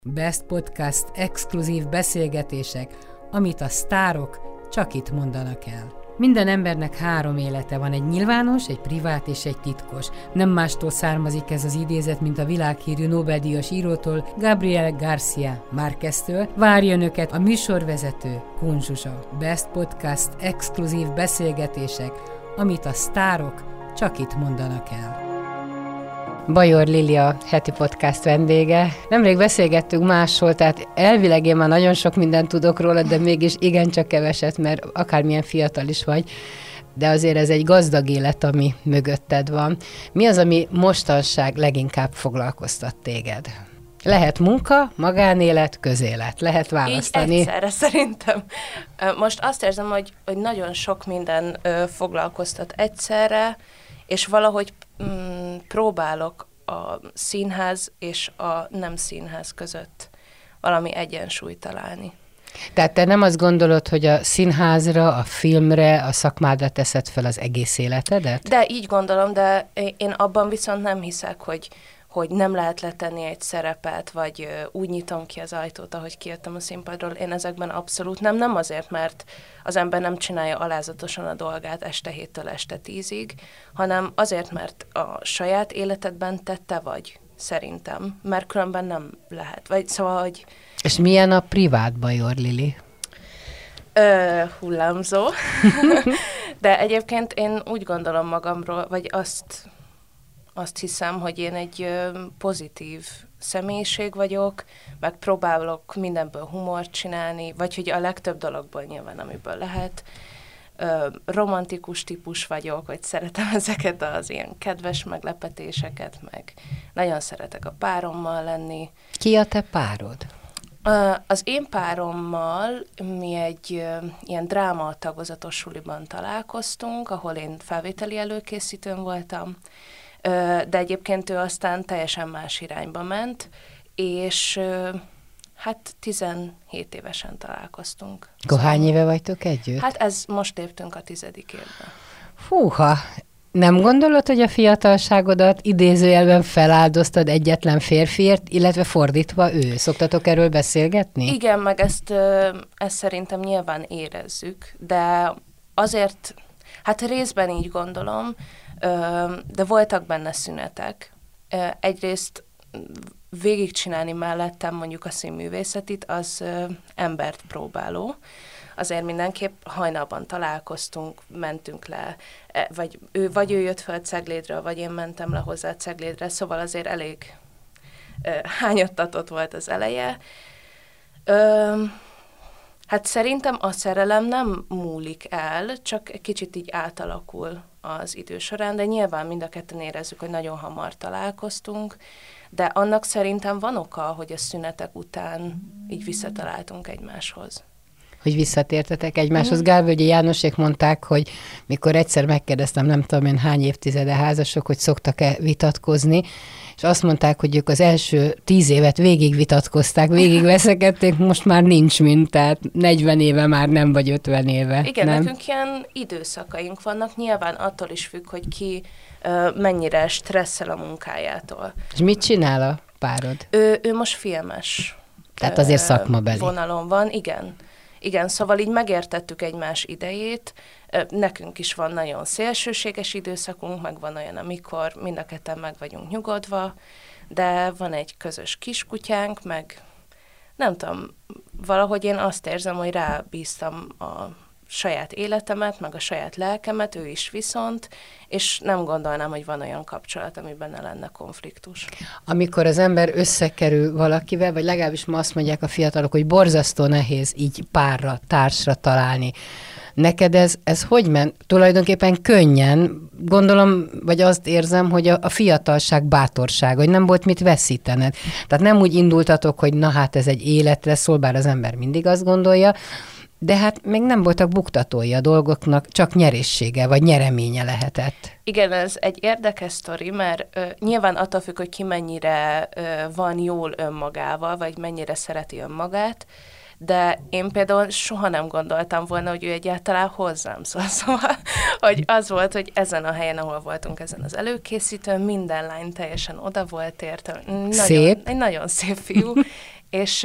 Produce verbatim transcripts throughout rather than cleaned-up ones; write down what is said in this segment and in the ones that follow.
Best Podcast exkluzív beszélgetések, amit a sztárok csak itt mondanak el. Minden embernek három élete van, egy nyilvános, egy privát és egy titkos. Nem mástól származik ez az idézet, mint a világhírű Nobel-díjas írótól, Gabriel García Márqueztől. Várja önöket a műsorvezető, Kun Zsuzsa. Best Podcast exkluzív beszélgetések, amit a sztárok csak itt mondanak el. Bajor Lili a heti podcast vendége. Nemrég beszélgettünk máshol, tehát elvileg én már nagyon sok mindent tudok róla, de mégis igencsak keveset, mert akármilyen fiatal is vagy, de azért ez egy gazdag élet, ami mögötted van. Mi az, ami mostanság leginkább foglalkoztat téged? Lehet munka, magánélet, közélet. Lehet választani. Így egyszerre szerintem. Most azt érzem, hogy, hogy nagyon sok minden ö, foglalkoztat egyszerre, és valahogy mm, próbálok a színház és a nem színház között valami egyensúlyt találni. Tehát te nem azt gondolod, hogy a színházra, a filmre, a szakmádra teszed fel az egész életedet? De így gondolom, de én abban viszont nem hiszek, hogy, hogy nem lehet letenni egy szerepet, vagy úgy nyitom ki az ajtót, ahogy kijöttem a színpadról. Én ezekben abszolút nem. Nem azért, mert az ember nem csinálja alázatosan a dolgát este héttől este tízig, hanem azért, mert a saját életedben te vagy, szerintem. Mert különben nem lehet. Vagy szóval, hogy... És milyen a privát Bajor Lili? Ö, hullámzó. De egyébként én úgy gondolom magamról, vagy azt... Azt hiszem, hogy én egy ö, pozitív személyiség vagyok, meg próbálok mindenből humort csinálni, vagy hogy a legtöbb dologból nyilván, amiből lehet. Ö, romantikus típus vagyok, hogy szeretem ezeket az ilyen kedves meglepetéseket, meg nagyon szeretek a párommal lenni. Ki a te párod? Ö, az én párommal mi egy ö, ilyen dráma tagozatos suliban találkoztunk, ahol én felvételi előkészítőn voltam, de egyébként ő aztán teljesen más irányba ment, és hát tizenhét évesen találkoztunk. Akkor hány éve vagytok együtt? Hát ez most léptünk a tizedik évbe. Fúha! Nem gondolod, hogy a fiatalságodat idézőjelben feláldoztad egyetlen férfiért, illetve fordítva ő? Szoktatok erről beszélgetni? Igen, meg ezt, ezt szerintem nyilván érezzük, de azért, hát részben így gondolom, de voltak benne szünetek. Egyrészt végigcsinálni mellettem mondjuk a színművészetit, az embert próbáló. Azért mindenképp hajnalban találkoztunk, mentünk le, vagy ő, vagy ő jött fel Ceglédről, vagy én mentem le hozzá Ceglédre, szóval azért elég hányattatott volt az eleje. Hát szerintem a szerelem nem múlik el, csak egy kicsit így átalakul az idő során, de nyilván mind a ketten érezzük, hogy nagyon hamar találkoztunk, de annak szerintem van oka, hogy a szünetek után így visszataláltunk egymáshoz. Hogy visszatértetek egymáshoz. Mm. Gálvölgyi Jánosék mondták, hogy mikor egyszer megkérdeztem, nem tudom én hány évtizede házasok, hogy szoktak-e vitatkozni, és azt mondták, hogy ők az első tíz évet végig vitatkozták, végig veszekedték, most már nincs mint, tehát negyven éve már nem, vagy ötven éve. Igen, nem? Nekünk ilyen időszakaink vannak, nyilván attól is függ, hogy ki uh, mennyire stresszel a munkájától. És mit csinál a párod? Ő, ő most filmes. Tehát azért szakmabeli. Vonalon van, igen. Igen, szóval így megértettük egymás idejét, nekünk is van nagyon szélsőséges időszakunk, meg van olyan, amikor mind a ketten meg vagyunk nyugodva, de van egy közös kiskutyánk, meg nem tudom, valahogy én azt érzem, hogy rábíztam a saját életemet, meg a saját lelkemet, ő is viszont, és nem gondolnám, hogy van olyan kapcsolat, amiben ne lenne konfliktus. Amikor az ember összekerül valakivel, vagy legalábbis ma azt mondják a fiatalok, hogy borzasztó nehéz így párra, társra találni. Neked ez, ez hogy ment? Tulajdonképpen könnyen, gondolom, vagy azt érzem, hogy a, a fiatalság bátorság, hogy nem volt mit veszítened. Tehát nem úgy indultatok, hogy na hát ez egy életre szól, bár az ember mindig azt gondolja, de hát még nem voltak buktatói a dolgoknak, csak nyeressége vagy nyereménye lehetett. Igen, ez egy érdekes sztori, mert ö, nyilván attól függ, hogy ki mennyire ö, van jól önmagával, vagy mennyire szereti önmagát, de én például soha nem gondoltam volna, hogy ő egyáltalán hozzám szól. Szóval, hogy az volt, hogy ezen a helyen, ahol voltunk, ezen az előkészítőn, minden lány teljesen oda volt érte. Nagyon, szép. Egy nagyon szép fiú. És,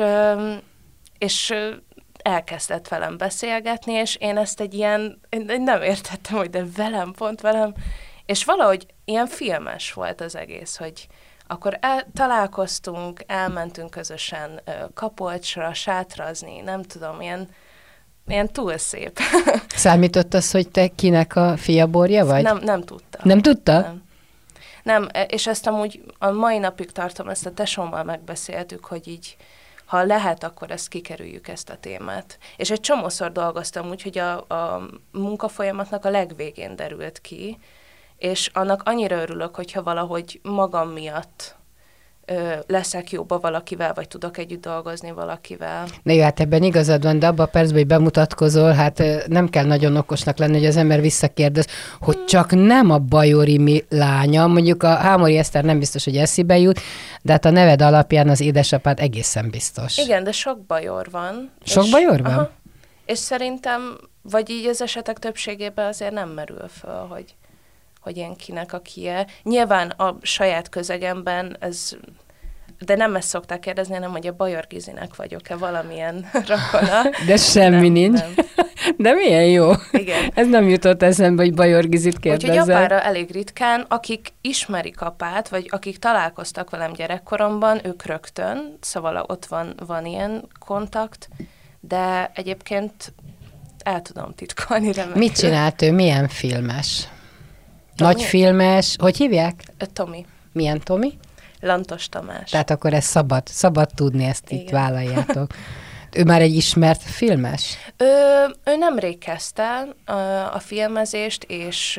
és elkezdett velem beszélgetni, és én ezt egy ilyen, én nem értettem, hogy de velem, pont velem, és valahogy ilyen filmes volt az egész, hogy akkor el, találkoztunk, elmentünk közösen Kapolcsra, sátrazni, nem tudom, ilyen, ilyen túl szép. Számított az, hogy te kinek a fiaborja vagy? Nem, nem tudta. Nem tudta? Nem. Nem, és ezt amúgy a mai napig tartom, ezt a tesómmal megbeszéltük, hogy így, ha lehet, akkor ezt kikerüljük, ezt a témát. És egy csomószor dolgoztam úgy, hogy a, a munkafolyamatnak a legvégén derült ki, és annak annyira örülök, hogyha valahogy magam miatt ö, leszek jóba valakivel, vagy tudok együtt dolgozni valakivel. Na jó, hát ebben igazad van, de abban a percben, hogy bemutatkozol, hát nem kell nagyon okosnak lenni, hogy az ember visszakérdez, hogy csak nem a Bajori mi lánya, mondjuk a Hámori Eszter nem biztos, hogy eszébe jut, de hát a neved alapján az édesapád egészen biztos. Igen, de sok bajor van. Sok és, bajor van? Aha, és szerintem, vagy így az esetek többségében azért nem merül föl, hogy hogy én kinek a kie. Nyilván a saját közegemben ez, de nem ezt szokták kérdezni, hanem hogy a Bajor Gizinek vagyok-e valamilyen rokona. De semmi nem, nincs. Nem. De milyen jó. Igen. Ez nem jutott eszembe, hogy Bajor Gizit kérdezzel. Úgyhogy apára elég ritkán, akik ismerik apát, vagy akik találkoztak velem gyerekkoromban, ők rögtön, szóval ott van, van ilyen kontakt, de egyébként el tudom titkolni remekül. Mit csinált ő? Milyen filmes? Tomi? Nagy filmes, hogy hívják? Tomi. Milyen Tomi? Lantos Tamás. Tehát akkor ez szabad, szabad tudni, ezt igen. Itt vállaljátok. Ő már egy ismert filmes? Ő, ő nemrég kezdte a, a filmezést, és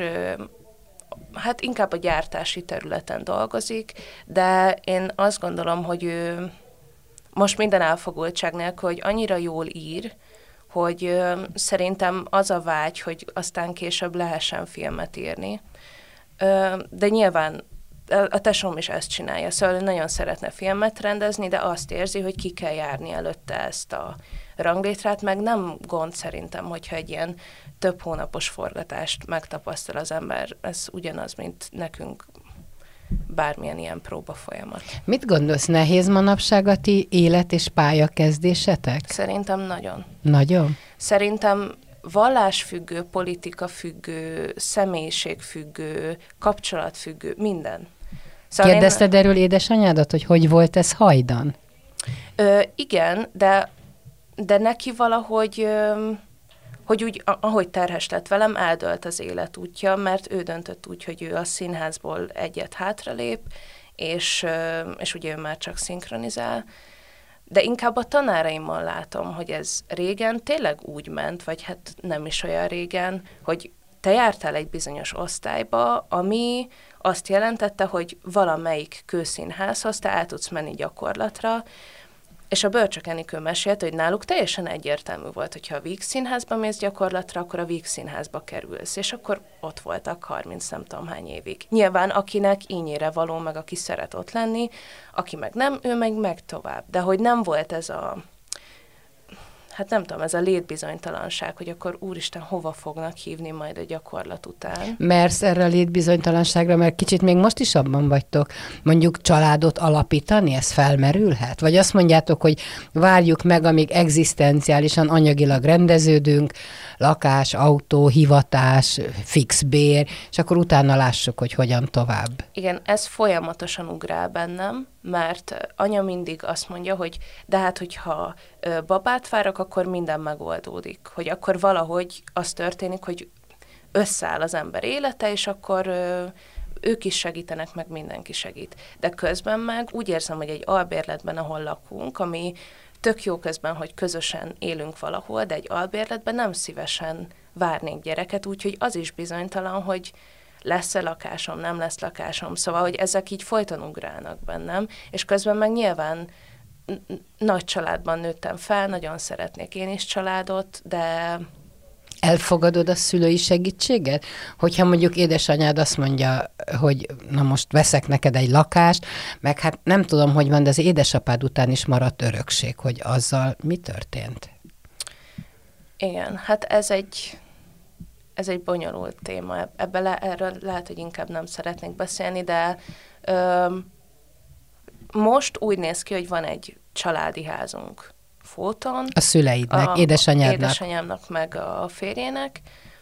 hát inkább a gyártási területen dolgozik, de én azt gondolom, hogy ő most minden elfogultság nélkül, hogy annyira jól ír, hogy ö, szerintem az a vágy, hogy aztán később lehessen filmet írni. Ö, de nyilván a, a tesóm is ezt csinálja, szóval nagyon szeretne filmet rendezni, de azt érzi, hogy ki kell járni előtte ezt a ranglétrát, meg nem gond szerintem, hogyha egy ilyen több hónapos forgatást megtapasztal az ember, ez ugyanaz, mint nekünk bármilyen ilyen próba folyamat. Mit gondolsz, nehéz manapság a ti élet és pályakezdésetek? Szerintem nagyon. Nagyon? Szerintem vallásfüggő, politikafüggő, személyiségfüggő, kapcsolatfüggő, minden. Szóval kérdezted én... erről édesanyádat, hogy hogy volt ez hajdan? Ö, igen, de, de neki valahogy... Ö, hogy úgy, ahogy terhes lett velem, eldölt az életútja, mert ő döntött úgy, hogy ő a színházból egyet hátralép, és, és ugye ő már csak szinkronizál. De inkább a tanáraimmal látom, hogy ez régen tényleg úgy ment, vagy hát nem is olyan régen, hogy te jártál egy bizonyos osztályba, ami azt jelentette, hogy valamelyik kőszínházhoz te el tudsz menni gyakorlatra, és a Bölcsök Enikő mesélt, hogy náluk teljesen egyértelmű volt, hogyha a Víg Színházba mész gyakorlatra, akkor a Víg Színházba kerülsz, és akkor ott voltak harminc nem tudom hány évig. Nyilván akinek ínyére való, meg aki szeret ott lenni, aki meg nem, ő meg meg tovább. De hogy nem volt ez a, hát nem tudom, ez a létbizonytalanság, hogy akkor úristen, hova fognak hívni majd a gyakorlat után. Mersz erre a létbizonytalanságra, mert kicsit még most is abban vagytok, mondjuk családot alapítani, ez felmerülhet? Vagy azt mondjátok, hogy várjuk meg, amíg egzisztenciálisan, anyagilag rendeződünk, lakás, autó, hivatás, fix bér, és akkor utána lássuk, hogy hogyan tovább. Igen, ez folyamatosan ugrál bennem, mert anya mindig azt mondja, hogy de hát, hogyha babát várok, akkor minden megoldódik. Hogy akkor valahogy az történik, hogy összeáll az ember élete, és akkor ők is segítenek, meg mindenki segít. De közben meg úgy érzem, hogy egy albérletben, ahol lakunk, ami tök jó közben, hogy közösen élünk valahol, de egy albérletben nem szívesen várnék gyereket, úgyhogy az is bizonytalan, hogy lesz-e lakásom, nem lesz lakásom, szóval, hogy ezek így folyton ugrálnak bennem, és közben meg nyilván nagy családban nőttem fel, nagyon szeretnék én is családot, de... Elfogadod a szülői segítséget? Hogyha mondjuk édesanyád azt mondja, hogy na most veszek neked egy lakást, meg hát nem tudom, hogy van, de az édesapád után is maradt örökség, hogy azzal mi történt? Igen, hát ez egy... Ez egy bonyolult téma. Ebbe le, erről lehet, hogy inkább nem szeretnék beszélni, de ö, most úgy néz ki, hogy van egy családi házunk Fóton. A szüleidnek, a, édesanyádnak. Édesanyámnak, meg a férjének.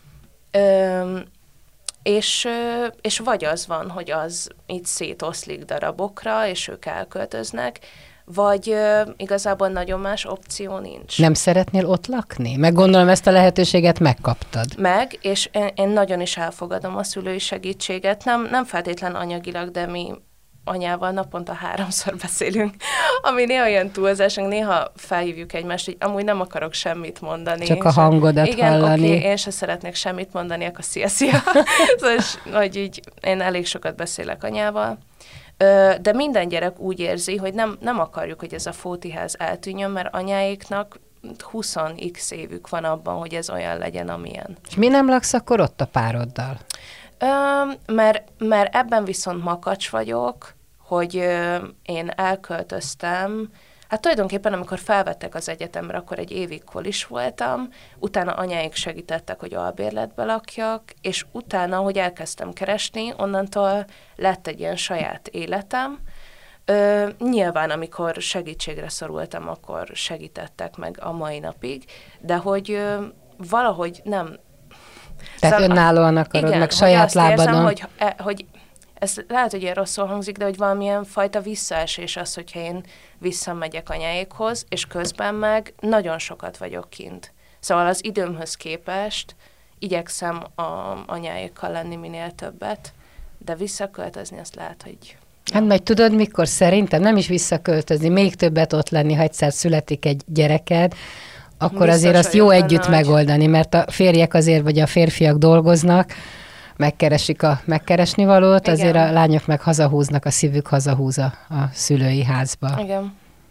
Ö, és, és vagy az van, hogy az így szétoszlik darabokra, és ők elköltöznek, vagy ö, igazából nagyon más opció nincs. Nem szeretnél ott lakni? Meg gondolom, ezt a lehetőséget megkaptad. Meg, és én, én nagyon is elfogadom a szülői segítséget. Nem, nem feltétlen anyagilag, de mi anyával naponta háromszor beszélünk, ami néha ilyen túlzásunk, néha felhívjuk egymást, hogy amúgy nem akarok semmit mondani. Csak a hangodat igen, hallani. Igen, oké, én se szeretnék semmit mondani, akkor szia, szia. Szóval, hogy így én elég sokat beszélek anyával. De minden gyerek úgy érzi, hogy nem, nem akarjuk, hogy ez a fótiház eltűnjön, mert anyáiknak húsz x évük van abban, hogy ez olyan legyen, amilyen. És mi nem laksz akkor ott a pároddal? Ö, mert, mert ebben viszont makacs vagyok, hogy ö, én elköltöztem, hát tulajdonképpen amikor felvettek az egyetemre, akkor egy évig kolis voltam, utána anyáik segítettek, hogy albérletbe lakjak, és utána, hogy elkezdtem keresni, onnantól lett egy ilyen saját életem. Ö, nyilván, amikor segítségre szorultam, akkor segítettek meg a mai napig, de hogy ö, valahogy nem... Tehát szóval, önállóan akarod, igen, meg saját lábadon. Érzem, hogy, hogy ez lehet, hogy ilyen rosszul hangzik, de hogy valamilyen fajta visszaesés az, hogyha én visszamegyek anyáikhoz, és közben meg nagyon sokat vagyok kint. Szóval az időmhöz képest igyekszem a anyáikkal lenni minél többet, de visszaköltözni azt lehet, hogy... Hát majd tudod, mikor szerintem nem is visszaköltözni, még többet ott lenni, ha egyszer születik egy gyereked, akkor biztos azért azt jó együtt nagy. megoldani, mert a férjek azért, vagy a férfiak dolgoznak, megkeresik a megkeresni valót, igen. Azért a lányok meg hazahúznak, a szívük hazahúz a, a szülői házba. Igen.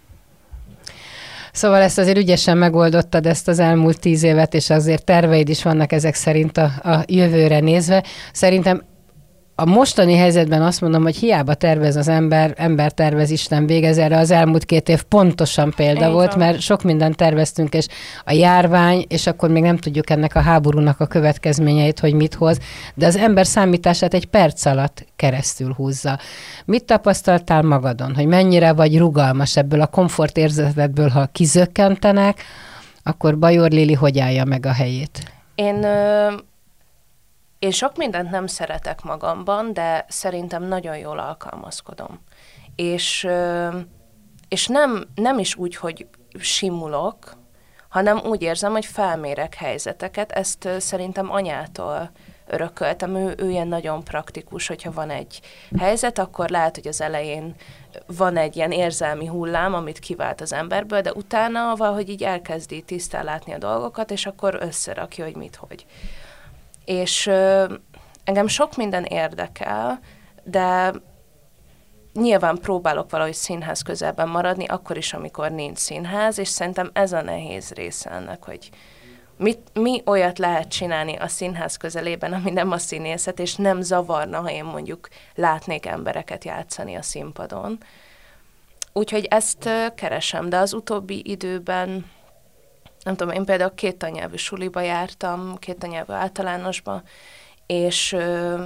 Szóval ezt azért ügyesen megoldottad, ezt az elmúlt tíz évet, és azért terveid is vannak ezek szerint a, a jövőre nézve. Szerintem a mostani helyzetben azt mondom, hogy hiába tervez az ember, ember tervez, Isten végez, erre az elmúlt két év pontosan példa Én volt, van. Mert sok mindent terveztünk, és a járvány, és akkor még nem tudjuk ennek a háborúnak a következményeit, hogy mit hoz, de az ember számítását egy perc alatt keresztül húzza. Mit tapasztaltál magadon, hogy mennyire vagy rugalmas ebből a komfortérzetedből, ha kizökkentenek, akkor Bajor Lili hogy állja meg a helyét? Én... Ö... Én sok mindent nem szeretek magamban, de szerintem nagyon jól alkalmazkodom. És, és nem, nem is úgy, hogy simulok, hanem úgy érzem, hogy felmérek helyzeteket. Ezt szerintem anyától örököltem. Ő, ő ilyen nagyon praktikus, hogyha van egy helyzet, akkor lehet, hogy az elején van egy ilyen érzelmi hullám, amit kivált az emberből, de utána valahogy így elkezdi tisztán látni a dolgokat, és akkor összerakja, hogy mit, hogy. És ö, engem sok minden érdekel, de nyilván próbálok valahogy színház közelben maradni, akkor is, amikor nincs színház, és szerintem ez a nehéz része ennek, hogy mit, mi olyat lehet csinálni a színház közelében, ami nem a színészet, és nem zavarna, ha én mondjuk látnék embereket játszani a színpadon. Úgyhogy ezt ö, keresem, de az utóbbi időben nem tudom, én például két tannyelvű suliba jártam, két tannyelvű általánosba, és,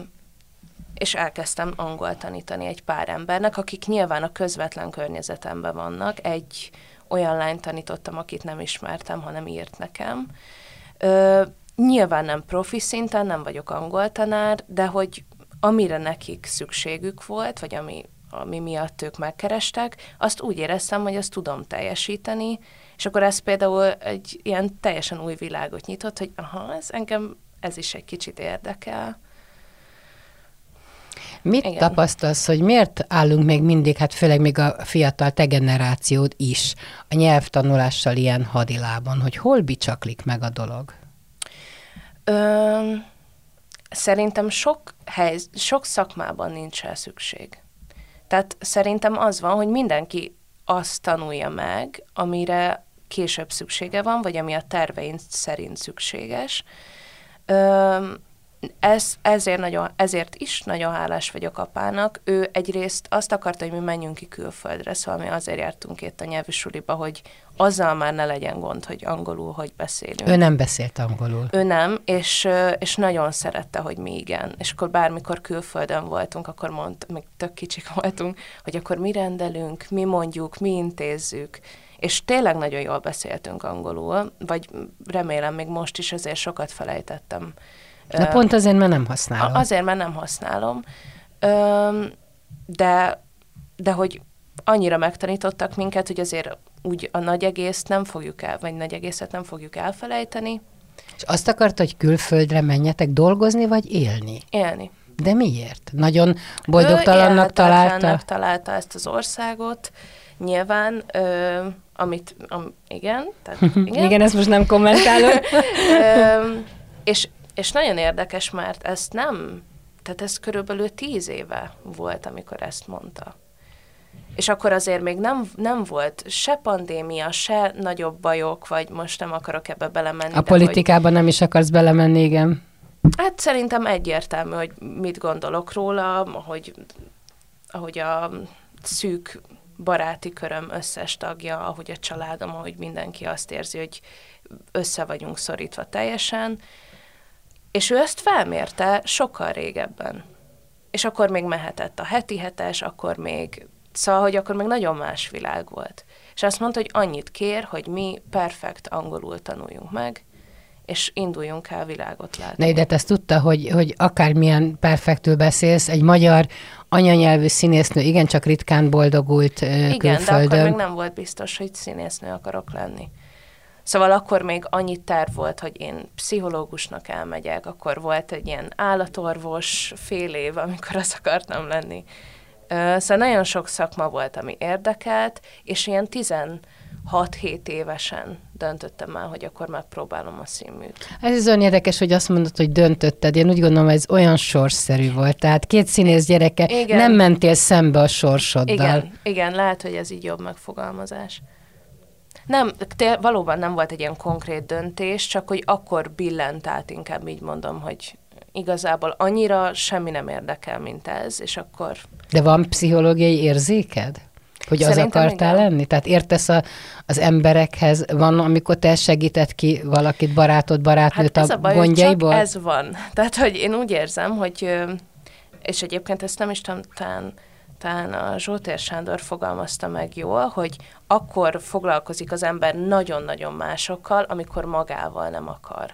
és elkezdtem angol tanítani egy pár embernek, akik nyilván a közvetlen környezetemben vannak. Egy olyan lányt tanítottam, akit nem ismertem, hanem írt nekem. Ö, nyilván nem profi szinten, nem vagyok angol tanár, de hogy amire nekik szükségük volt, vagy ami, ami miatt ők megkerestek, azt úgy éreztem, hogy azt tudom teljesíteni, és akkor ez például egy ilyen teljesen új világot nyitott, hogy aha, ez engem, ez is egy kicsit érdekel. Mit Igen. tapasztalsz, hogy miért állunk még mindig, hát főleg még a fiatal te generációd is, a nyelvtanulással ilyen hadilában, hogy hol bicsaklik meg a dolog? Ö, szerintem sok, hely, sok szakmában nincs rá szükség. Tehát szerintem az van, hogy mindenki azt tanulja meg, amire később szüksége van, vagy ami a terveink szerint szükséges. Ö, Ez, ezért, nagyon, ezért is nagyon hálás vagyok apának. Ő egyrészt azt akarta, hogy mi menjünk ki külföldre, szóval mi azért jártunk itt a nyelvi suliba, hogy azzal már ne legyen gond, hogy angolul hogy beszélünk. Ő nem beszélt angolul. Ő nem, és, és nagyon szerette, hogy mi igen. És akkor bármikor külföldön voltunk, akkor mondta, még tök kicsik voltunk, hogy akkor mi rendelünk, mi mondjuk, mi intézzük. És tényleg nagyon jól beszéltünk angolul, vagy remélem még most is, azért sokat felejtettem. De pont azért, mert nem használom. Azért, mert nem használom. De, de hogy annyira megtanítottak minket, hogy azért úgy a nagy egészt nem fogjuk el, vagy nagy egészet nem fogjuk elfelejteni. És azt akarta, hogy külföldre menjetek dolgozni, vagy élni? Élni. De miért? Nagyon boldogtalannak találta? találta ezt az országot. Nyilván, ö, amit, am, igen, tehát igen. Igen, ezt most nem kommentálom. ö, és, és nagyon érdekes, mert ezt nem, tehát ez körülbelül tíz éve volt, amikor ezt mondta. És akkor azért még nem, nem volt se pandémia, se nagyobb bajok, vagy most nem akarok ebbe belemenni. A politikában hogy... nem is akarsz belemenni, igen. Hát szerintem egyértelmű, hogy mit gondolok róla, ahogy, ahogy a szűk baráti köröm összes tagja, ahogy a családom, ahogy mindenki azt érzi, hogy össze vagyunk szorítva teljesen. És ő ezt felmérte sokkal régebben. És akkor még mehetett a heti hetes, akkor még, szóval, hogy akkor még nagyon más világ volt. És azt mondta, hogy annyit kér, hogy mi perfekt angolul tanuljunk meg, és induljunk el világot látni. De ezt tudta, hogy, hogy akármilyen perfektül beszélsz, egy magyar anyanyelvű színésznő igencsak ritkán boldogult Igen, külföldön. de akkor még nem volt biztos, hogy színésznő akarok lenni. Szóval akkor még annyi terv volt, hogy én pszichológusnak elmegyek, akkor volt egy ilyen állatorvos fél év, amikor azt akartam lenni. Szóval nagyon sok szakma volt, ami érdekelt, és ilyen tizenhat-hét évesen döntöttem el, hogy akkor megpróbálom a színműt. Ez olyan érdekes, hogy azt mondod, hogy döntötted. Én úgy gondolom, ez olyan sorsszerű volt. Tehát két színész gyereke, igen. Nem mentél szembe a sorsoddal. Igen, igen, lehet, hogy ez így jobb megfogalmazás. Nem, té- valóban nem volt egy ilyen konkrét döntés, csak hogy akkor billent át, inkább így mondom, hogy igazából annyira semmi nem érdekel, mint ez, és akkor... De van pszichológiai érzéked? Hogy Szerintem az akartál igen. lenni? Tehát értesz a, az emberekhez? Van, amikor te segített ki valakit, barátod, barátnőt hát a, a baj, gondjaiból? Ez van. Tehát, hogy én úgy érzem, hogy, és egyébként ezt nem is tudom, talán, talán a Zsoltér Sándor fogalmazta meg jól, hogy akkor foglalkozik az ember nagyon-nagyon másokkal, amikor magával nem akar.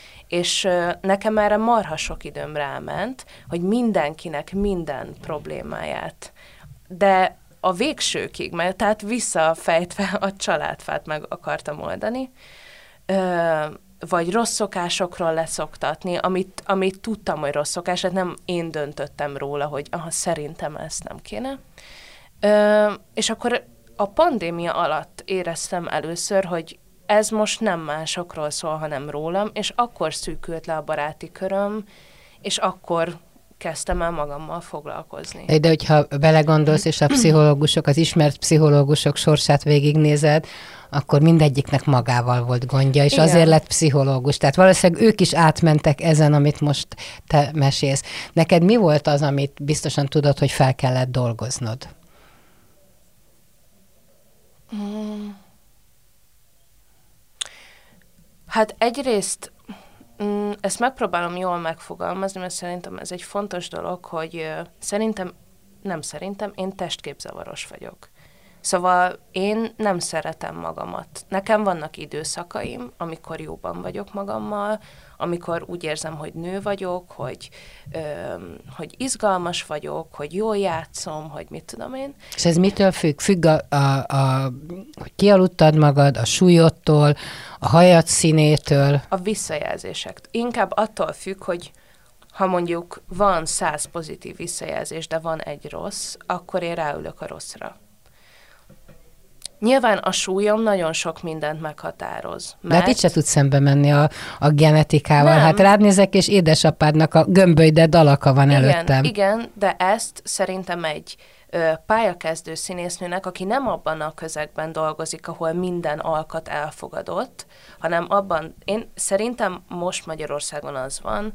És nekem erre marha sok időm ráment, hogy mindenkinek minden problémáját, de a végsőkig, mert tehát visszafejtve a családfát meg akartam oldani, vagy rossz szokásokról leszoktatni, amit, amit tudtam, hogy rossz szokás, tehát nem én döntöttem róla, hogy aha, szerintem ezt nem kéne. És akkor a pandémia alatt éreztem először, hogy ez most nem másokról szól, hanem rólam, és akkor szűkült le a baráti köröm, és akkor kezdtem el magammal foglalkozni. De hogyha belegondolsz, és a pszichológusok, az ismert pszichológusok sorsát végignézed, akkor mindegyiknek magával volt gondja, és igen. Azért lett pszichológus. Tehát valószínűleg ők is átmentek ezen, amit most te mesélsz. Neked mi volt az, amit biztosan tudod, hogy fel kellett dolgoznod? Hmm. Hát egyrészt ezt megpróbálom jól megfogalmazni, mert szerintem ez egy fontos dolog, hogy szerintem, nem szerintem, én testképzavaros vagyok. Szóval én nem szeretem magamat. Nekem vannak időszakaim, amikor jóban vagyok magammal, amikor úgy érzem, hogy nő vagyok, hogy, ö, hogy izgalmas vagyok, hogy jól játszom, hogy mit tudom én. És ez mitől függ? Függ, a, a, a, hogy kialudtad magad, a súlyodtól, a hajad színétől? A visszajelzések. Inkább attól függ, hogy ha mondjuk van száz pozitív visszajelzés, de van egy rossz, akkor én ráülök a rosszra. Nyilván a súlyom nagyon sok mindent meghatároz. Mert... De hát itt se tudsz szembe menni a, a genetikával. Nem. Hát rád nézek, és édesapádnak a gömbölyde dalaka van igen, előttem. Igen, de ezt szerintem egy ö, pályakezdő színésznőnek, aki nem abban a közegben dolgozik, ahol minden alkat elfogadott, hanem abban, én szerintem most Magyarországon az van,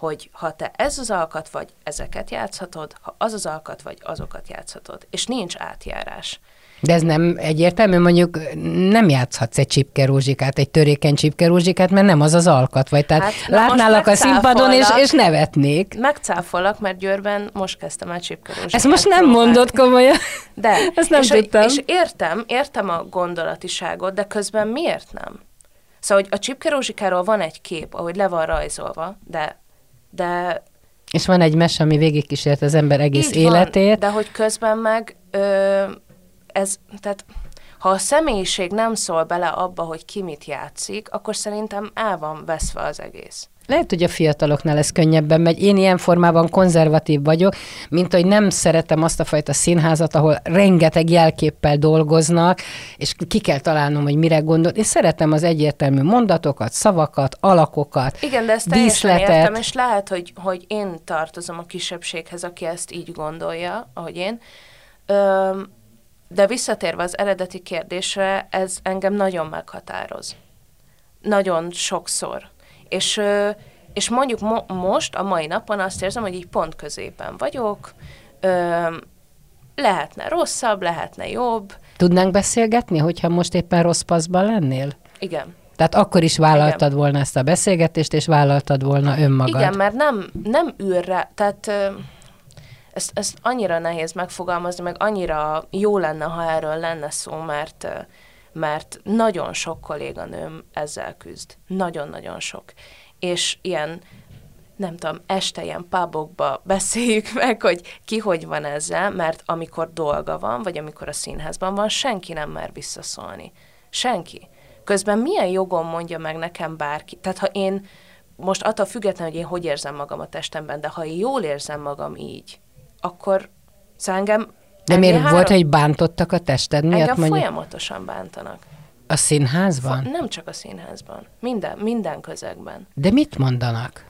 hogy ha te ez az alkat vagy, ezeket játszhatod, ha az az alkat vagy, azokat játszhatod. És nincs átjárás. De ez nem egyértelmű, mondjuk nem játszhatsz egy csipkerózsikát, egy törékeny csipkerózsikát, mert nem az az alkat vagy. Tehát hát, látnálak a színpadon, és, és nevetnék. Megcáfollak, mert Győrben most kezdtem el csipkerózsikát. Ezt most nem próbálni. Mondod komolyan. De. Ezt nem és, tudtam. És értem, értem a gondolatiságot, de közben miért nem? Szóval, hogy a csipkerózsikáról van egy kép, ahogy le van rajzolva, de... de és van egy mese, ami végigkísért az ember egész így életét. Van, de hogy közben meg... Ö, ez, tehát ha a személyiség nem szól bele abba, hogy ki mit játszik, akkor szerintem el van veszve az egész. Lehet, hogy a fiataloknál ez könnyebben megy. Én ilyen formában konzervatív vagyok, mint hogy nem szeretem azt a fajta színházat, ahol rengeteg jelképpel dolgoznak, és ki kell találnom, hogy mire gondol. Én szeretem az egyértelmű mondatokat, szavakat, alakokat, igen, de ezt díszletet. Teljesen értem, és lehet, hogy, hogy én tartozom a kisebbséghez, aki ezt így gondolja, ahogy én. Öm, De visszatérve az eredeti kérdésre, ez engem nagyon meghatároz. Nagyon sokszor. És, és mondjuk mo- most, a mai napon azt érzem, hogy így pont középen vagyok, lehetne rosszabb, lehetne jobb. Tudnánk beszélgetni, hogyha most éppen rossz paszban lennél? Igen. Tehát akkor is vállaltad Igen. volna ezt a beszélgetést, és vállaltad volna önmagad. Igen, mert nem, nem űrre, tehát... Ezt, ezt annyira nehéz megfogalmazni, meg annyira jó lenne, ha erről lenne szó, mert, mert nagyon sok kolléganőm ezzel küzd. Nagyon-nagyon sok. És ilyen, nem tudom, este ilyen pubokba beszéljük meg, hogy ki hogy van ezzel, mert amikor dolga van, vagy amikor a színházban van, senki nem mer visszaszólni. Senki. Közben milyen jogon mondja meg nekem bárki? Tehát ha én, most attól függetlenül, hogy én hogy érzem magam a testemben, de ha én jól érzem magam így, akkor szóval engem... De miért három... volt, hogy bántottak a tested miatt? Engem mondjuk? Folyamatosan bántanak. A színházban? Nem csak a színházban. Minden, minden közegben. De mit mondanak?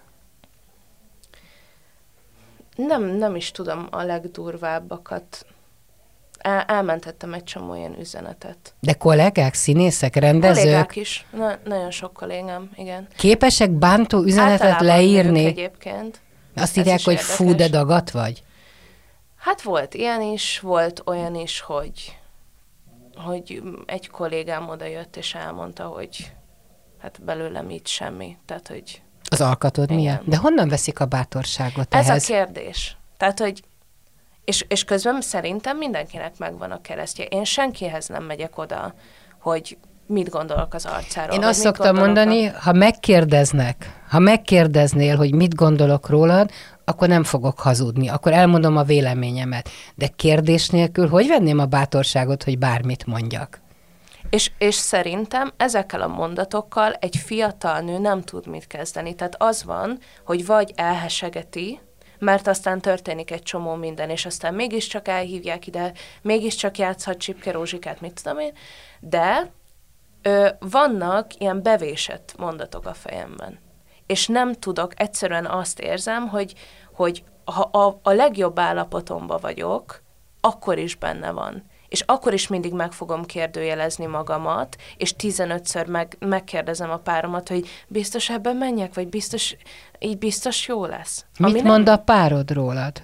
Nem, nem is tudom a legdurvábbakat. El, elmentettem egy csomó ilyen üzenetet. De kollégák, színészek, rendezők? Kollégák is. Na, nagyon sok kollégám, igen. Képesek bántó üzenetet általában leírni? Nők egyébként. Azt írják, hogy érdekes. Fú, de dagat vagy? Hát volt ilyen is, volt olyan is, hogy, hogy egy kollégám oda jött és elmondta, hogy hát belőlem itt semmi. Tehát, hogy... Az alkatod miatt? De honnan veszik a bátorságot Ez ehhez? a kérdés. Tehát, hogy és, és közben szerintem mindenkinek megvan a keresztje. Én senkihez nem megyek oda, hogy mit gondolok az arcáról. Én azt szoktam mondani, a... ha megkérdeznek, ha megkérdeznél, hogy mit gondolok rólad, akkor nem fogok hazudni, akkor elmondom a véleményemet. De kérdés nélkül hogy venném a bátorságot, hogy bármit mondjak? És, és szerintem ezekkel a mondatokkal egy fiatal nő nem tud mit kezdeni. Tehát az van, hogy vagy elhesegeti, mert aztán történik egy csomó minden, és aztán mégiscsak elhívják ide, mégiscsak játszhat Csipke Rózsikát, mit tudom én, de ö, vannak ilyen bevésett mondatok a fejemben. És nem tudok, egyszerűen azt érzem, hogy, hogy ha a, a legjobb állapotomban vagyok, akkor is benne van. És akkor is mindig meg fogom kérdőjelezni magamat, és tizenötször meg, megkérdezem a páromat, hogy biztos ebben menjek, vagy biztos, így biztos jó lesz. Mit Ami mond nem... a párod rólad?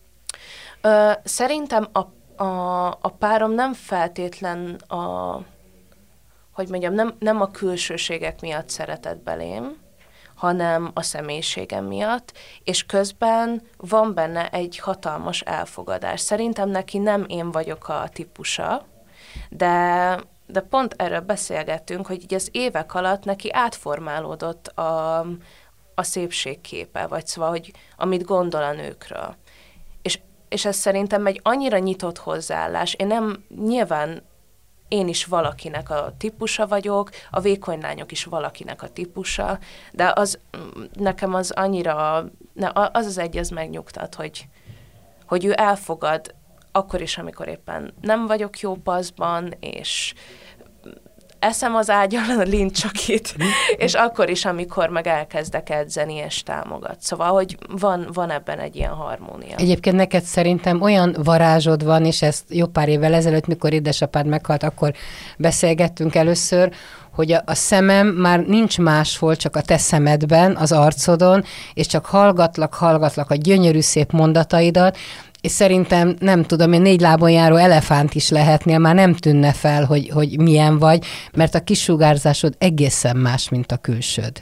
Ö, szerintem a, a, a párom nem feltétlen a, hogy mondjam, nem, nem a külsőségek miatt szeretett belém, hanem a személyiségem miatt, és közben van benne egy hatalmas elfogadás. Szerintem neki nem én vagyok a típusa, de, de pont erről beszélgettünk, hogy így az évek alatt neki átformálódott a, a szépségképe, vagy szóval, hogy amit gondol a nőkről. És, és ez szerintem egy annyira nyitott hozzáállás. Én nem, nyilván én is valakinek a típusa vagyok, a vékony lányok is valakinek a típusa, de az nekem az annyira, az az egy, az megnyugtat, hogy, hogy ő elfogad akkor is, amikor éppen nem vagyok jó paszban, és eszem az ágyal a lincsakit, és akkor is, amikor meg elkezdek edzeni és támogat. Szóval, hogy van, van ebben egy ilyen harmónia. Egyébként neked szerintem olyan varázsod van, és ezt jó pár évvel ezelőtt, mikor édesapád meghalt, akkor beszélgettünk először, hogy a, a szemem már nincs máshol, csak a te szemedben, az arcodon, és csak hallgatlak, hallgatlak a gyönyörű szép mondataidat, és szerintem, nem tudom, én négy lábon járó elefánt is lehetnél, már nem tűnne fel, hogy, hogy milyen vagy, mert a kisugárzásod egészen más, mint a külsőd.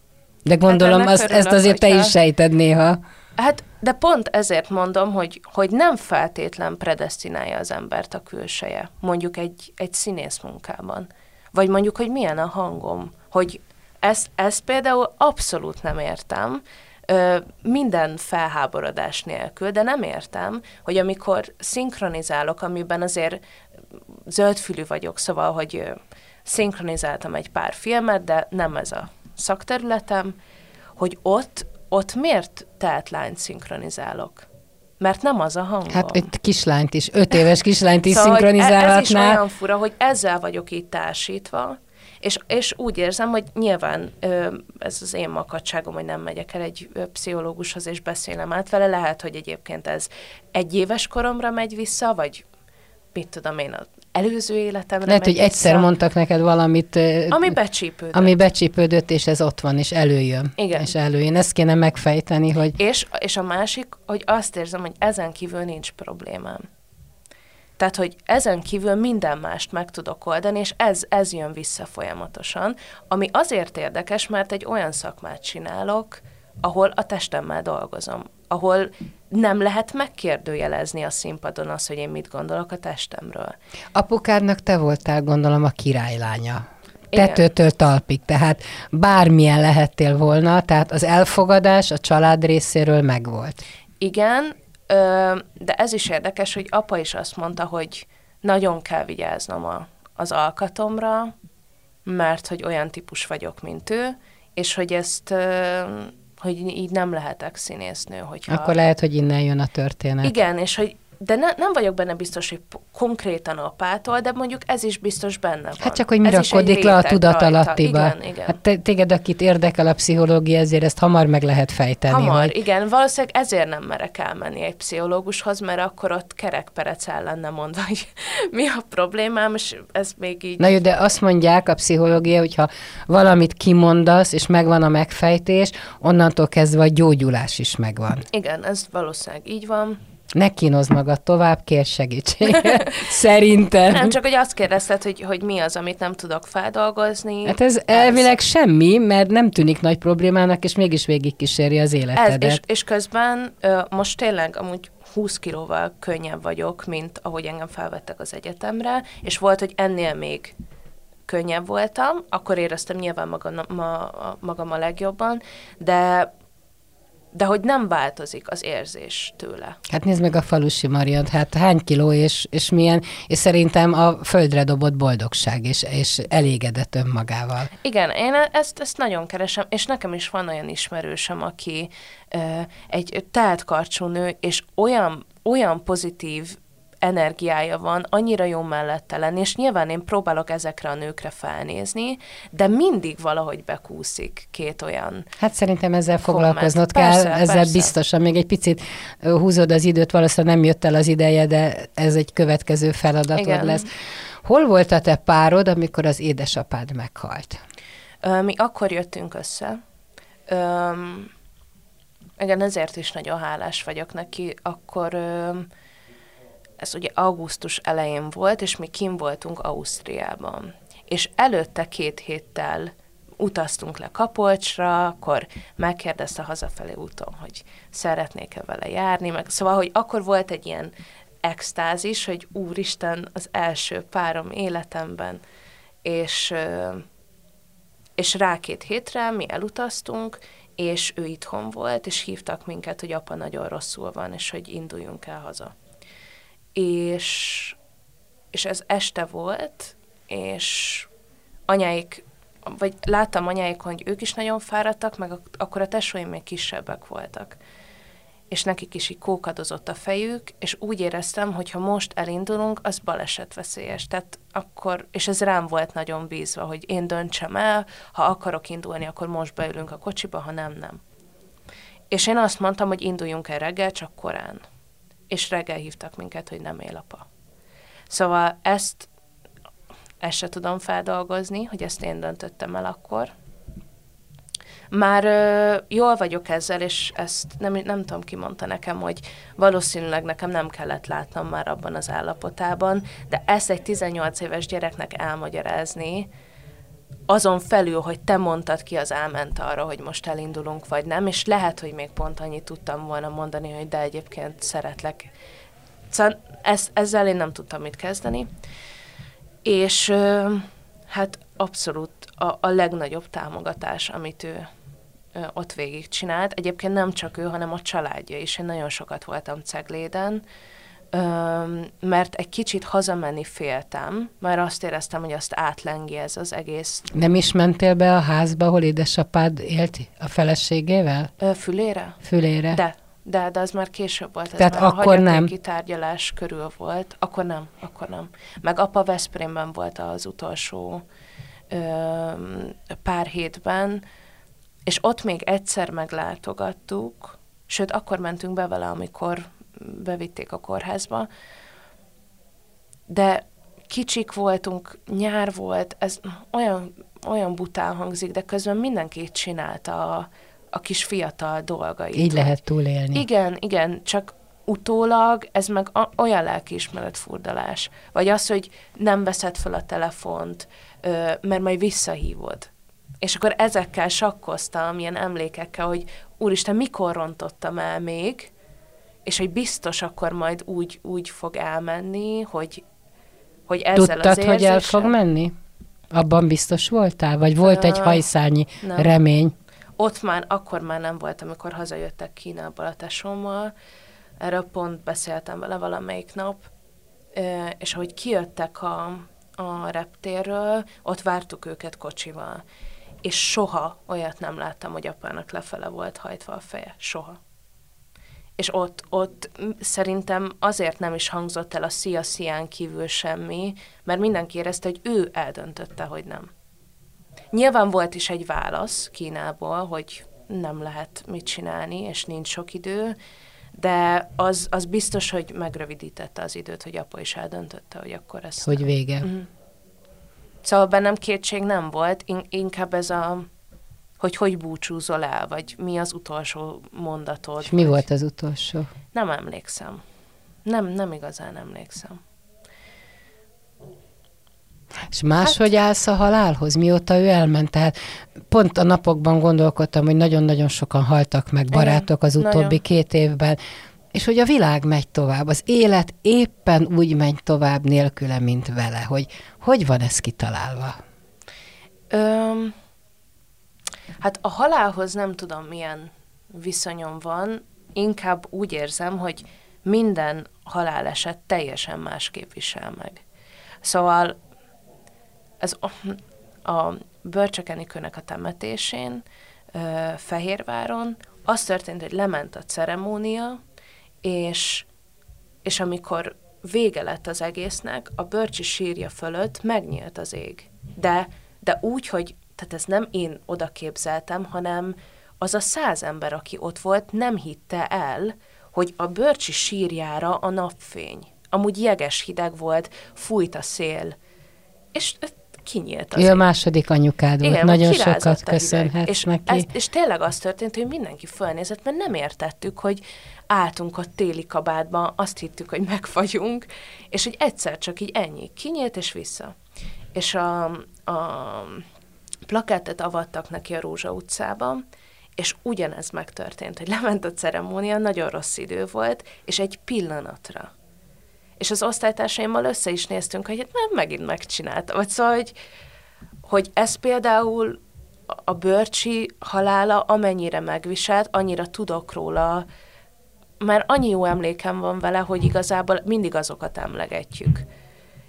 De gondolom, hát az, örülök, ezt azért hogyha... te is sejted néha. Hát, de pont ezért mondom, hogy, hogy nem feltétlen predesztinálja az embert a külseje, mondjuk egy, egy színész munkában. Vagy mondjuk, hogy milyen a hangom. Hogy ezt, ezt például abszolút nem értem, ö, minden felháborodás nélkül, de nem értem, hogy amikor szinkronizálok, amiben azért zöldfülű vagyok, szóval, hogy ö, szinkronizáltam egy pár filmet, de nem ez a szakterületem, hogy ott, ott miért tehetlányt szinkronizálok? Mert nem az a hangom. Hát egy kislányt is, öt éves kislányt is szóval, szinkronizálhatná. Ez is olyan fura, hogy ezzel vagyok itt társítva, és, és úgy érzem, hogy nyilván ez az én makacságom, hogy nem megyek el egy pszichológushoz, és beszélem át vele. Lehet, hogy egyébként ez egy éves koromra megy vissza, vagy mit tudom én, az előző életemre Lehet, megy hogy egyszer vissza, mondtak neked valamit, ami becsípődött. Ami becsípődött, és ez ott van, és előjön. Igen. És előjön. Ezt kéne megfejteni, hogy... És, és a másik, hogy azt érzem, hogy ezen kívül nincs problémám. Tehát, hogy ezen kívül minden mást meg tudok oldani, és ez, ez jön vissza folyamatosan, ami azért érdekes, mert egy olyan szakmát csinálok, ahol a testemmel dolgozom, ahol nem lehet megkérdőjelezni a színpadon azt, hogy én mit gondolok a testemről. Apukádnak te voltál, gondolom, a királylánya. Tetőtől talpig, tehát bármilyen lehettél volna, tehát az elfogadás a család részéről megvolt. Igen, de ez is érdekes, hogy apa is azt mondta, hogy nagyon kell vigyáznom a, az alkatomra, mert hogy olyan típus vagyok, mint ő, és hogy ezt, hogy így nem lehetek színésznő. Hogyha... Akkor lehet, hogy innen jön a történet. Igen, és hogy de ne, nem vagyok benne biztos, hogy konkrétan apától, de mondjuk ez is biztos benne van. Hát csak, hogy mi rakodik le a tudatalattiba. Igen, igen. Hát te, téged, akit érdekel a pszichológia, ezért ezt hamar meg lehet fejteni. Hamar, hogy... igen. Valószínűleg ezért nem merek elmenni egy pszichológushoz, mert akkor ott kerekperec el lenne mondva, hogy mi a problémám, és ez még így... Na jó, de azt mondják a pszichológia, hogyha valamit kimondasz, és megvan a megfejtés, onnantól kezdve a gyógyulás is megvan. Igen, ez valószínűleg így van. Ne kínozd magad tovább, kérj segítséget. Szerintem. Nem, csak hogy azt kérdezted, hogy, hogy mi az, amit nem tudok feldolgozni. Hát ez, ez elvileg semmi, mert nem tűnik nagy problémának, és mégis végigkíséri az életedet. Ez, és, és közben most tényleg amúgy húsz kilóval könnyebb vagyok, mint ahogy engem felvettek az egyetemre, és volt, hogy ennél még könnyebb voltam, akkor éreztem nyilván magam, ma, magam a legjobban, de de hogy nem változik az érzés tőle. Hát nézd meg a Falusi Mariant, hát hány kiló és, és milyen, és szerintem a földre dobott boldogság, és, és elégedett önmagával. Igen, én ezt, ezt nagyon keresem, és nekem is van olyan ismerősöm, aki ö, egy teltkarcsú nő, és olyan, olyan pozitív energiája van, annyira jó mellette lenni, és nyilván én próbálok ezekre a nőkre felnézni, de mindig valahogy bekúszik két olyan. Hát szerintem ezzel foglalkoznod kell, persze, ezzel persze. Biztosan még egy picit húzod az időt, valószínűleg nem jött el az ideje, de ez egy következő feladatod Igen. lesz. Hol volt a te párod, amikor az édesapád meghalt? Ö, mi akkor jöttünk össze. Ö, igen, ezért is nagyon hálás vagyok neki. Akkor ö, ez ugye augusztus elején volt, és mi kim voltunk Ausztriában. És előtte két héttel utaztunk le Kapolcsra, akkor megkérdezte hazafelé úton, hogy szeretnék-e vele járni, meg szóval, hogy akkor volt egy ilyen extázis, hogy úristen, az első párom életemben, és, és rá két hétre mi elutaztunk, és ő itthon volt, és hívtak minket, hogy apa nagyon rosszul van, és hogy induljunk el haza. És, és ez este volt, és anyáik, vagy láttam anyáikon, hogy ők is nagyon fáradtak, meg akkor a tesóim még kisebbek voltak. és nekik is így kókadozott a fejük, és úgy éreztem, hogy ha most elindulunk, az balesetveszélyes. Tehát akkor, és ez rám volt nagyon bízva, hogy én döntsem el, ha akarok indulni, akkor most beülünk a kocsiba, ha nem, nem. És én azt mondtam, hogy induljunk el reggel, csak korán. És reggel hívtak minket, hogy nem él apa. Szóval ezt, ezt se tudom feldolgozni, hogy ezt én döntöttem el akkor. Már ö, jól vagyok ezzel, és ezt nem, nem tudom, ki mondta nekem, hogy valószínűleg nekem nem kellett látnom már abban az állapotában, de ezt egy tizennyolc éves gyereknek elmagyarázni, azon felül, hogy te mondtad ki, az elment arra, hogy most elindulunk, vagy nem, és lehet, hogy még pont annyit tudtam volna mondani, hogy de egyébként szeretlek. Szóval ez, ezzel én nem tudtam mit kezdeni. És ö, hát abszolút a, a legnagyobb támogatás, amit ő ö, ott végigcsinált. Egyébként nem csak ő, hanem a családja is. Én nagyon sokat voltam Cegléden, ö, mert egy kicsit hazamenni féltem, mert azt éreztem, hogy azt átlengi ez az egész. Nem is mentél be a házba, ahol édesapád élt a feleségével? Ö, Fülére? Fülére. De. De, de az már később volt. Ez Tehát már akkor a nem. tárgyalás körül volt. Akkor nem, akkor nem. Meg apa Veszprémben volt az utolsó ö, pár hétben, és ott még egyszer meglátogattuk, sőt, akkor mentünk be vele, amikor bevitték a kórházba, de kicsik voltunk, nyár volt, ez olyan, olyan bután hangzik, de közben mindenki csinálta a a kis fiatal dolgait. Így lehet túlélni. Igen, igen, csak utólag ez meg a, olyan lelkiismeret furdalás. Vagy az, hogy nem veszed fel a telefont, ö, mert majd visszahívod. És akkor ezekkel sakkoztam, ilyen emlékekkel, hogy úristen, mikor rontottam el még, és hogy biztos akkor majd úgy, úgy fog elmenni, hogy, hogy ezzel Tudtad, az érzéssel... hogy el fog menni? Abban biztos voltál? Vagy volt egy hajszálnyi nem. remény? Ott már, akkor már nem volt, amikor hazajöttek Kínából a tesómmal. Erről pont beszéltem vele valamelyik nap, és ahogy kijöttek a, a reptérről, ott vártuk őket kocsival. És soha olyat nem láttam, hogy apának lefele volt hajtva a feje. Soha. És ott, ott szerintem azért nem is hangzott el a szia-szián kívül semmi, mert mindenki érezte, hogy ő eldöntötte, hogy nem. Nyilván volt is egy válasz Kínából, hogy nem lehet mit csinálni, és nincs sok idő, de az, az biztos, hogy megrövidítette az időt, hogy apa is eldöntötte, hogy akkor ezt... Hogy vége. Uh-huh. Szóval bennem kétség nem volt, in- inkább ez a, hogy hogy búcsúzol el, vagy mi az utolsó mondatod. És mi vagy... volt az utolsó? Nem emlékszem. Nem, nem igazán emlékszem. És máshogy hát, állsz a halálhoz, mióta ő elment? Tehát pont a napokban gondolkodtam, hogy nagyon-nagyon sokan haltak meg barátok az utóbbi nagyon. két évben, és hogy a világ megy tovább, az élet éppen úgy megy tovább nélküle, mint vele, hogy hogy van ez kitalálva? Öm, hát a halálhoz nem tudom, milyen viszonyom van, inkább úgy érzem, hogy minden haláleset teljesen másképp visel meg. Szóval ez a, a Bölcsök Enikőnek a temetésén, Fehérváron, az történt, hogy lement a ceremónia, és, és amikor vége lett az egésznek, a Börcsi sírja fölött megnyílt az ég. De, de úgy, hogy tehát ezt nem én oda képzeltem, hanem az a száz ember, aki ott volt, nem hitte el, hogy a Börcsi sírjára a napfény. Amúgy jeges hideg volt, fújt a szél, és kinyílt az. Ő a második anyukád volt, igen, nagyon sokat köszönhetsz és neki. Ez, és tényleg az történt, hogy mindenki fölnézett, mert nem értettük, hogy álltunk ott téli kabátban, azt hittük, hogy megfagyunk, és hogy egyszer csak így ennyi, kinyílt és vissza. És a, a plakátet avattak neki a Rózsa utcában, és ugyanez megtörtént, hogy lement a ceremónia, nagyon rossz idő volt, és egy pillanatra. És az osztálytársaimmal össze is néztünk, hogy hát nem megint megcsinálta. Vagy szóval, hogy, hogy ez például a Börcsi halála amennyire megviselt, annyira tudok róla, mert annyi jó emlékem van vele, hogy igazából mindig azokat emlegetjük.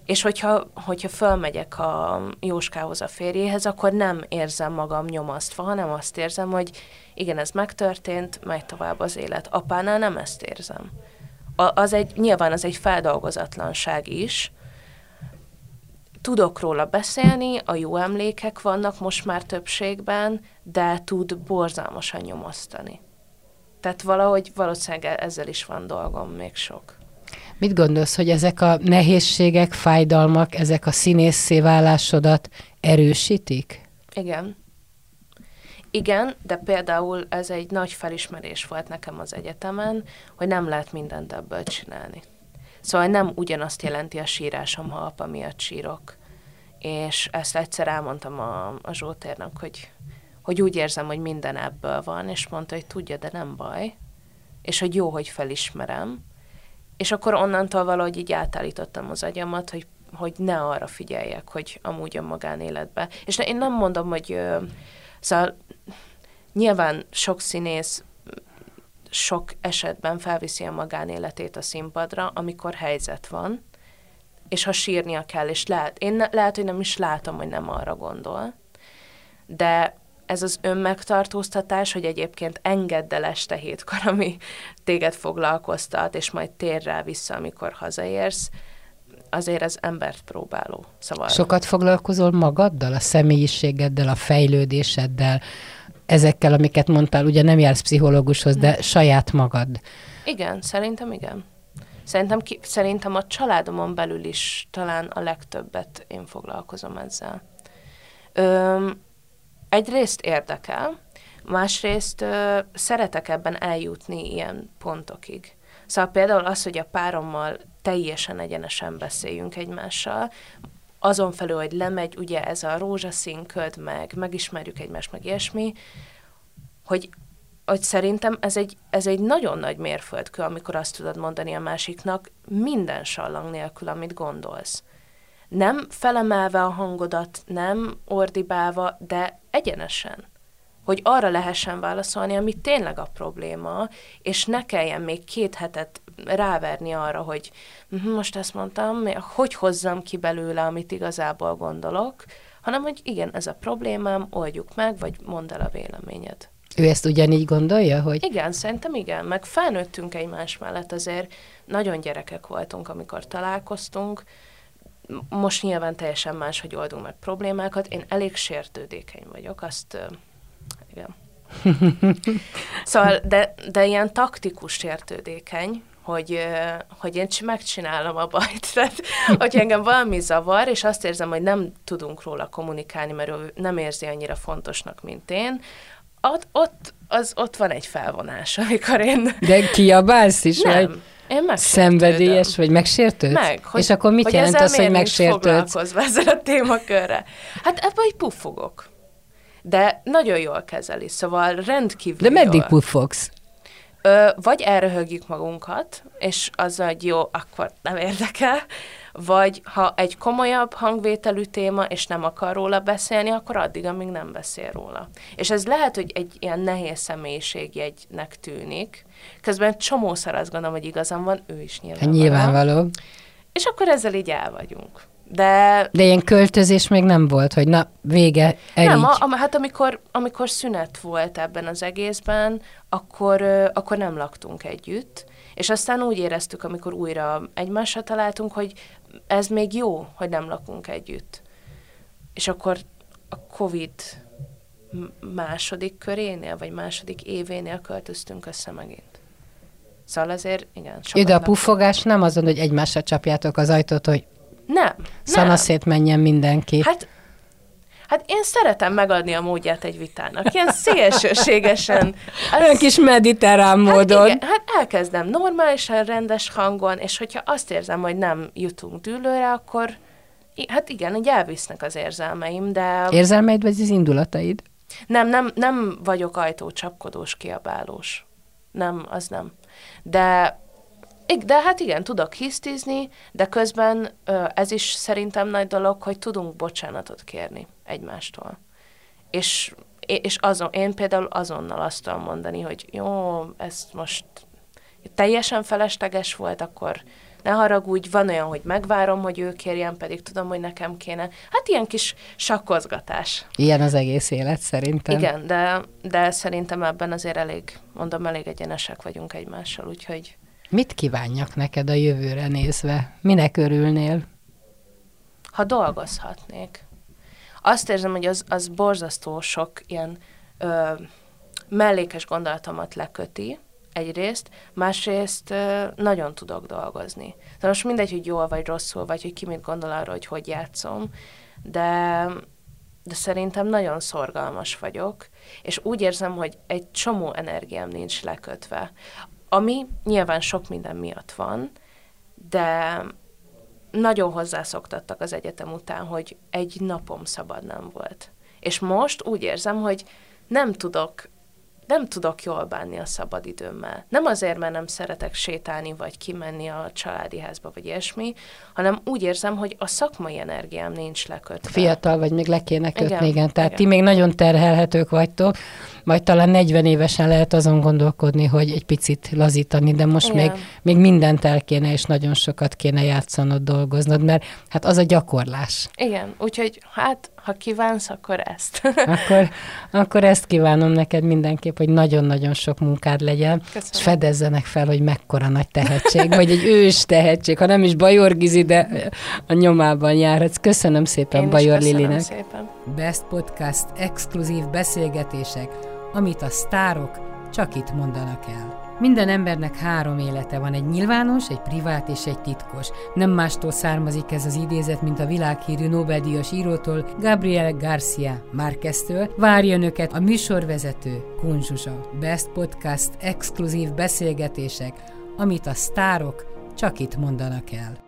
És hogyha, hogyha fölmegyek a Jóskához, a férjéhez, akkor nem érzem magam nyomasztva, hanem azt érzem, hogy igen, ez megtörtént, megy tovább az élet. Apánál nem ezt érzem. A, az egy, nyilván az egy feldolgozatlanság is. Tudok róla beszélni, a jó emlékek vannak most már többségben, de tud borzalmasan nyomasztani. Tehát valahogy valószínűleg ezzel is van dolgom még sok. Mit gondolsz, hogy ezek a nehézségek, fájdalmak, ezek a színésszé válásodat erősítik? Igen. Igen, de például ez egy nagy felismerés volt nekem az egyetemen, hogy nem lehet mindent ebből csinálni. Szóval nem ugyanazt jelenti a sírásom, ha apa miatt sírok. És ezt egyszer elmondtam a, a Zsótérnak, hogy, hogy úgy érzem, hogy minden ebből van, és mondta, hogy tudja, de nem baj, és hogy jó, hogy felismerem. És akkor onnantól valahogy így átállítottam az agyamat, hogy, hogy ne arra figyeljek, hogy amúgy a magánéletben. És ne, én nem mondom, hogy ö, szóval nyilván sok színész sok esetben felviszi a magánéletét a színpadra, amikor helyzet van, és ha sírnia kell, és lehet, én ne, lehet, hogy nem is látom, hogy nem arra gondol, de ez az önmegtartóztatás, hogy egyébként engedd el este hétkor, ami téged foglalkoztat, és majd tér rá vissza, amikor hazaérsz, azért ez embert próbáló. Szóval... Sokat foglalkozol magaddal, a személyiségeddel, a fejlődéseddel, ezekkel, amiket mondtál, ugye nem jársz pszichológushoz, de saját magad. Igen, szerintem igen. Szerintem, ki, szerintem a családomon belül is talán a legtöbbet én foglalkozom ezzel. Öm, egyrészt érdekel, másrészt ö, szeretek ebben eljutni ilyen pontokig. Szóval például az, hogy a párommal teljesen egyenesen beszéljünk egymással, azon felül, hogy lemegy ugye ez a rózsaszín köd, meg megismerjük egymást, meg ilyesmi, hogy, hogy szerintem ez egy, ez egy nagyon nagy mérföldkő, amikor azt tudod mondani a másiknak minden sallang nélkül, amit gondolsz. Nem felemelve a hangodat, nem ordibálva, de egyenesen. Hogy arra lehessen válaszolni, ami tényleg a probléma, és ne kelljen még két hetet ráverni arra, hogy most ezt mondtam, hogy hozzam ki belőle, amit igazából gondolok, hanem, hogy igen, ez a problémám, oldjuk meg, vagy mondd el a véleményed. Ő ezt ugyanígy gondolja, hogy... Igen, szerintem igen, meg felnőttünk egymás mellett, azért nagyon gyerekek voltunk, amikor találkoztunk. Most nyilván teljesen más, hogy oldunk meg problémákat. Én elég sértődékeny vagyok, azt... Igen. Szóval, de, de ilyen taktikus sértődékeny, hogy, hogy én megcsinálom a bajt. Tehát, hogy engem valami zavar, és azt érzem, hogy nem tudunk róla kommunikálni, mert ő nem érzi annyira fontosnak, mint én, ott, ott, az, ott van egy felvonás, amikor én... De kiabálsz is, nem. vagy? Én szenvedélyes, vagy megsértődsz? Meg. Hogy, és akkor mit hogy jelent az, hogy megsértődsz? Foglalkozva ezzel a témakörre. Hát ebben így puffogok. De nagyon jól kezeli, szóval rendkívül De meddig jól. puffogsz? Ö, vagy elröhögjük magunkat, és az, hogy jó, akkor nem érdekel, vagy ha egy komolyabb hangvételű téma, és nem akar róla beszélni, akkor addig, amíg nem beszél róla. És ez lehet, hogy egy ilyen nehéz személyiségjegynek tűnik, közben csomószor azt gondolom, hogy igazam van, ő is nyilvánvaló. Nyilvánvaló. És akkor ezzel így el vagyunk. De, De ilyen költözés még nem volt, hogy na, vége, el nem, így. a, a, hát amikor, amikor szünet volt ebben az egészben, akkor, ö, akkor nem laktunk együtt, és aztán úgy éreztük, amikor újra egymásra találtunk, hogy ez még jó, hogy nem lakunk együtt. És akkor a Covid második körénél, vagy második événél költöztünk össze megint. Szóval azért, igen. Ide a puffogás nem azon, hogy egymásra csapjátok az ajtót, hogy nem, szanaszét menjen mindenki. Hát, hát én szeretem megadni a módját egy vitának. Ilyen szélsőségesen. Olyan kis mediterrán módon. Hát, igen, hát elkezdem normálisan, rendes hangon, és hogyha azt érzem, hogy nem jutunk dűlőre, akkor hát igen, így elvisznek az érzelmeim, de... Érzelmeid vagy az indulataid? Nem, nem, nem vagyok ajtócsapkodós, kiabálós. Nem, az nem. De... De hát igen, tudok hisztizni, de közben ez is szerintem nagy dolog, hogy tudunk bocsánatot kérni egymástól. És, és azon, én például azonnal azt tudom mondani, hogy jó, ez most teljesen felesleges volt, akkor ne haragudj, van olyan, hogy megvárom, hogy ő kérjen, pedig tudom, hogy nekem kéne. Hát ilyen kis sakkozgatás. Ilyen az egész élet szerintem. Igen, de, de szerintem ebben azért elég, mondom, elég egyenesek vagyunk egymással, úgyhogy... Mit kívánjak neked a jövőre nézve? Minek örülnél? Ha dolgozhatnék. Azt érzem, hogy az, az borzasztó sok ilyen ö, mellékes gondolatomat leköti, egyrészt, másrészt ö, nagyon tudok dolgozni. De most mindegy, hogy jól vagy rosszul, vagy hogy ki mit gondol arra, hogy hogy játszom, de, de szerintem nagyon szorgalmas vagyok, és úgy érzem, hogy egy csomó energiám nincs lekötve. Ami nyilván sok minden miatt van, de nagyon hozzászoktattak az egyetem után, hogy egy napom szabad nem volt. És most úgy érzem, hogy nem tudok, nem tudok jól bánni a szabadidőmmel. Nem azért, mert nem szeretek sétálni, vagy kimenni a családi házba, vagy ilyesmi, hanem úgy érzem, hogy a szakmai energiám nincs lekötve. Fiatal vagy, még le kéne kötni, igen. igen. Tehát igen. ti még nagyon terhelhetők vagytok, majd talán negyven évesen lehet azon gondolkodni, hogy egy picit lazítani, de most még, még mindent el kéne, és nagyon sokat kéne játszanod, dolgoznod, mert hát az a gyakorlás. Igen, úgyhogy hát, ha kívánsz, akkor ezt. akkor, akkor ezt kívánom neked mindenképp, hogy nagyon-nagyon sok munkád legyen, Köszönöm. És fedezzenek fel, hogy mekkora nagy tehetség, vagy egy ős tehetség, ha nem is Bajor Gizi, de a nyomában járhatsz. Köszönöm szépen Én Bajor köszönöm Lilinek. Szépen. Best Podcast exkluzív beszélgetések, amit a sztárok csak itt mondanak el. Minden embernek három élete van, egy nyilvános, egy privát és egy titkos. Nem mástól származik ez az idézet, mint a világhírű Nobel-díjas írótól, Gabriel García Márqueztől. Várja önöket a műsorvezető, Kun Zsuzsa. Best Podcast exkluzív beszélgetések, amit a sztárok csak itt mondanak el.